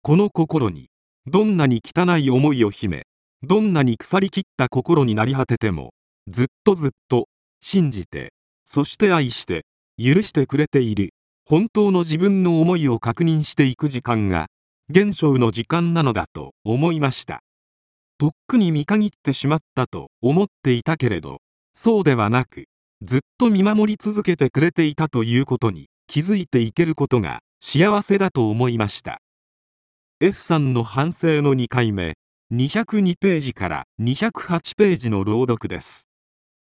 この心に、どんなに汚い思いを秘め、どんなに腐りきった心になり果てても、ずっとずっと、信じて、そして愛して、許してくれている、本当の自分の思いを確認していく時間が、現象の時間なのだと思いました。とっくに見限ってしまったと思っていたけれど、そうではなく、ずっと見守り続けてくれていたということに気づいていけることが幸せだと思いました。F さんの反省の2回目、202ページから208ページの朗読です。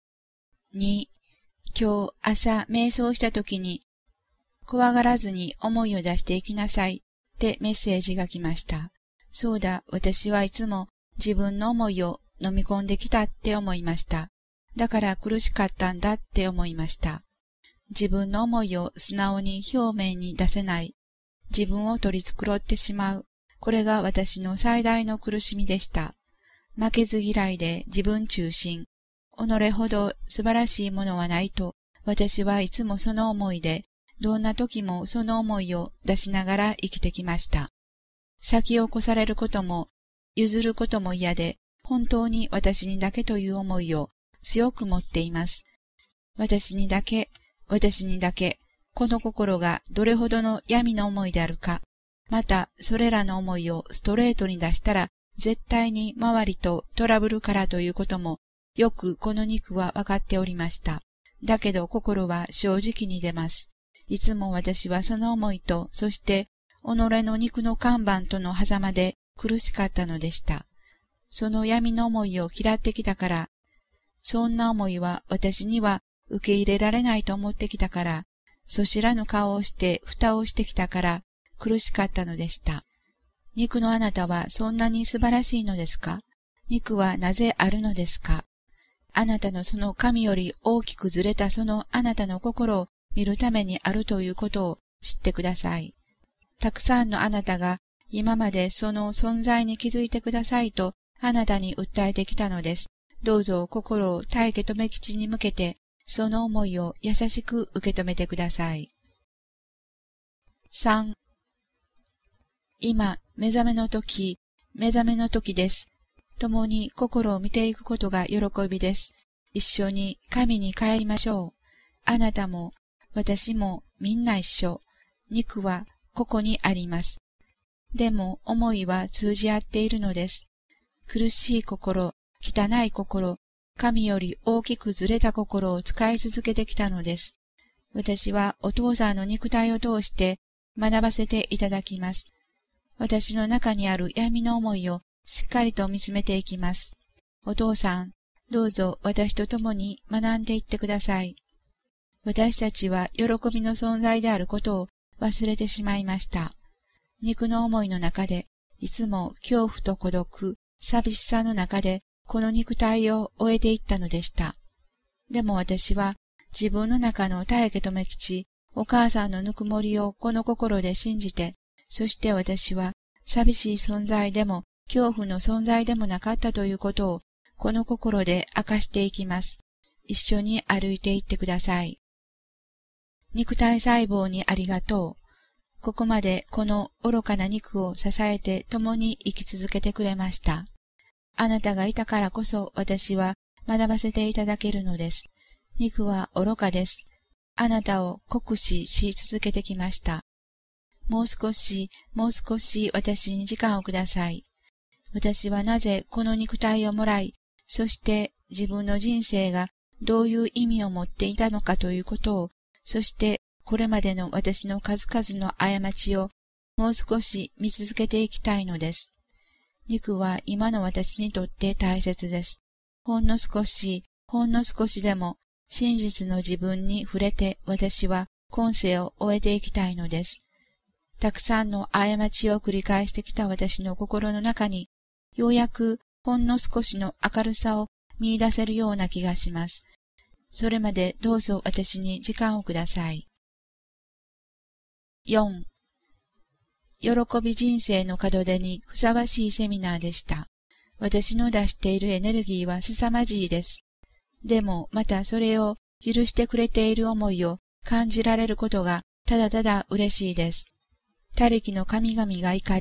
2、今日朝瞑想した時に、怖がらずに思いを出していきなさいってメッセージが来ました。そうだ、私はいつも自分の思いを飲み込んできたって思いました。だから苦しかったんだって思いました。自分の思いを素直に表面に出せない。自分を取り繕ってしまう。これが私の最大の苦しみでした。負けず嫌いで自分中心。己ほど素晴らしいものはないと、私はいつもその思いで、どんな時もその思いを出しながら生きてきました。先を越されることも、譲ることも嫌で、本当に私にだけという思いを強く持っています。私にだけ、この心がどれほどの闇の思いであるか、またそれらの思いをストレートに出したら、絶対に周りとトラブルからということも、よくこの肉は分かっておりました。だけど心は正直に出ます。いつも私はその思いと、そして己の肉の看板との狭間で苦しかったのでした。その闇の思いを嫌ってきたから、そんな思いは私には受け入れられないと思ってきたから、そしらぬ顔をして蓋をしてきたから苦しかったのでした。肉のあなたはそんなに素晴らしいのですか？肉はなぜあるのですか？あなたのその神より大きくずれたそのあなたの心を見るためにあるということを知ってください。たくさんのあなたが今までその存在に気づいてくださいとあなたに訴えてきたのです。どうぞ心を大家留吉に向けてその思いを優しく受け止めてください。3、今、目覚めの時です。共に心を見ていくことが喜びです。一緒に神に帰りましょう。あなたも、私もみんな一緒。肉はここにあります。でも思いは通じ合っているのです。苦しい心、汚い心、神より大きくずれた心を使い続けてきたのです。私はお父さんの肉体を通して学ばせていただきます。私の中にある闇の思いをしっかりと見つめていきます。お父さん、どうぞ私と共に学んでいってください。私たちは喜びの存在であることを忘れてしまいました。肉の思いの中で、いつも恐怖と孤独、寂しさの中でこの肉体を終えていったのでした。でも私は自分の中の大家留吉、お母さんのぬくもりをこの心で信じて、そして私は寂しい存在でも恐怖の存在でもなかったということをこの心で明かしていきます。一緒に歩いていってください。肉体細胞にありがとう。ここまでこの愚かな肉を支えて共に生き続けてくれました。あなたがいたからこそ私は学ばせていただけるのです。肉は愚かです。あなたを酷使し続けてきました。もう少し私に時間をください。私はなぜこの肉体をもらい、そして自分の人生がどういう意味を持っていたのかということを、そしてこれまでの私の数々の過ちをもう少し見続けていきたいのです。肉は今の私にとって大切です。ほんの少しでも真実の自分に触れて私は今世を終えていきたいのです。たくさんの過ちを繰り返してきた私の心の中に、ようやくほんの少しの明るさを見出せるような気がします。それまでどうぞ私に時間をください。4. 喜び人生の門出にふさわしいセミナーでした。私の出しているエネルギーは凄まじいです。でもまたそれを許してくれている思いを感じられることがただただ嬉しいです。他力の神々が怒り、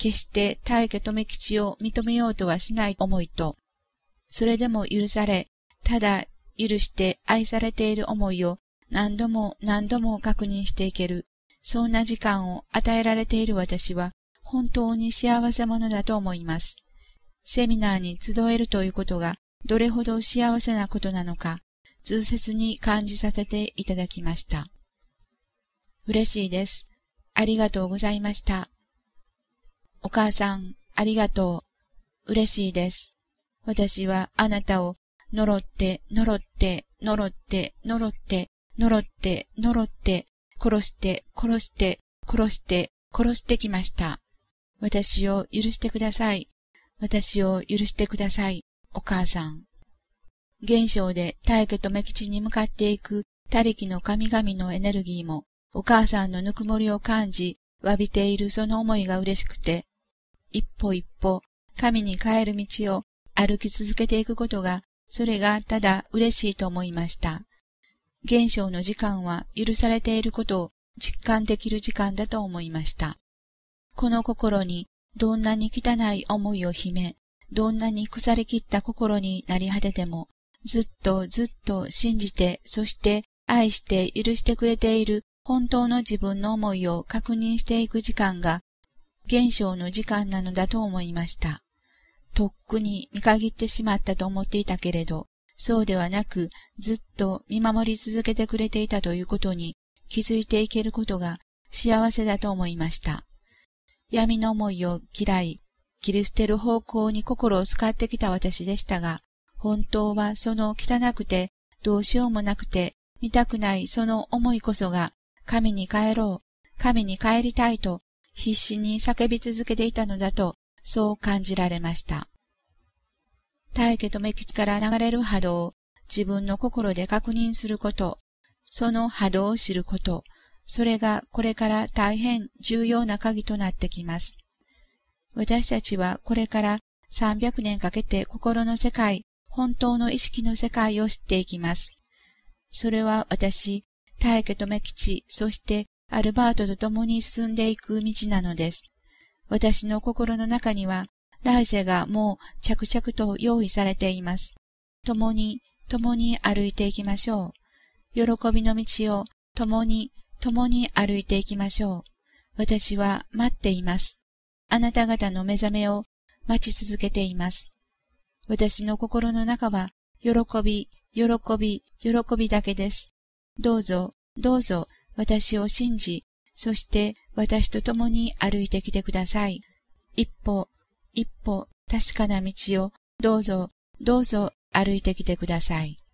決して大家留吉を認めようとはしない思いと、それでも許され、ただ許して愛されている思いを何度も何度も確認していける、そんな時間を与えられている私は本当に幸せ者だと思います。セミナーに集えるということがどれほど幸せなことなのか、痛切に感じさせていただきました。嬉しいです。ありがとうございました。お母さん、ありがとう。嬉しいです。私はあなたを呪って、呪って、呪って、呪って、呪って、呪って、殺して、殺して、殺して、殺してきました。私を許してください。私を許してください。お母さん。現象で大家留吉に向かっていく他力の神々のエネルギーも、お母さんのぬくもりを感じ、詫びているその思いが嬉しくて、一歩一歩、神に帰る道を歩き続けていくことが、それがただ嬉しいと思いました。現象の時間は許されていることを実感できる時間だと思いました。この心にどんなに汚い思いを秘め、どんなに腐りきった心になり果てても、ずっとずっと信じて、そして愛して許してくれている本当の自分の思いを確認していく時間が、現象の時間なのだと思いました。とっくに見限ってしまったと思っていたけれど、そうではなく、ずっと見守り続けてくれていたということに気づいていけることが幸せだと思いました。闇の思いを嫌い、切り捨てる方向に心を使ってきた私でしたが、本当はその汚くて、どうしようもなくて、見たくないその思いこそが、神に帰ろう、神に帰りたいと、必死に叫び続けていたのだと、そう感じられました。大家留吉から流れる波動を自分の心で確認すること、その波動を知ること、それがこれから大変重要な鍵となってきます。私たちはこれから300年かけて心の世界、本当の意識の世界を知っていきます。それは私、大家留吉、そしてアルバートと共に進んでいく道なのです。私の心の中には、来世がもう着々と用意されています。共に歩いていきましょう。喜びの道を共に歩いていきましょう。私は待っています。あなた方の目覚めを待ち続けています。私の心の中は、喜びだけです。どうぞ、私を信じ、そして私と共に歩いてきてください。一歩、確かな道をどうぞ歩いてきてください。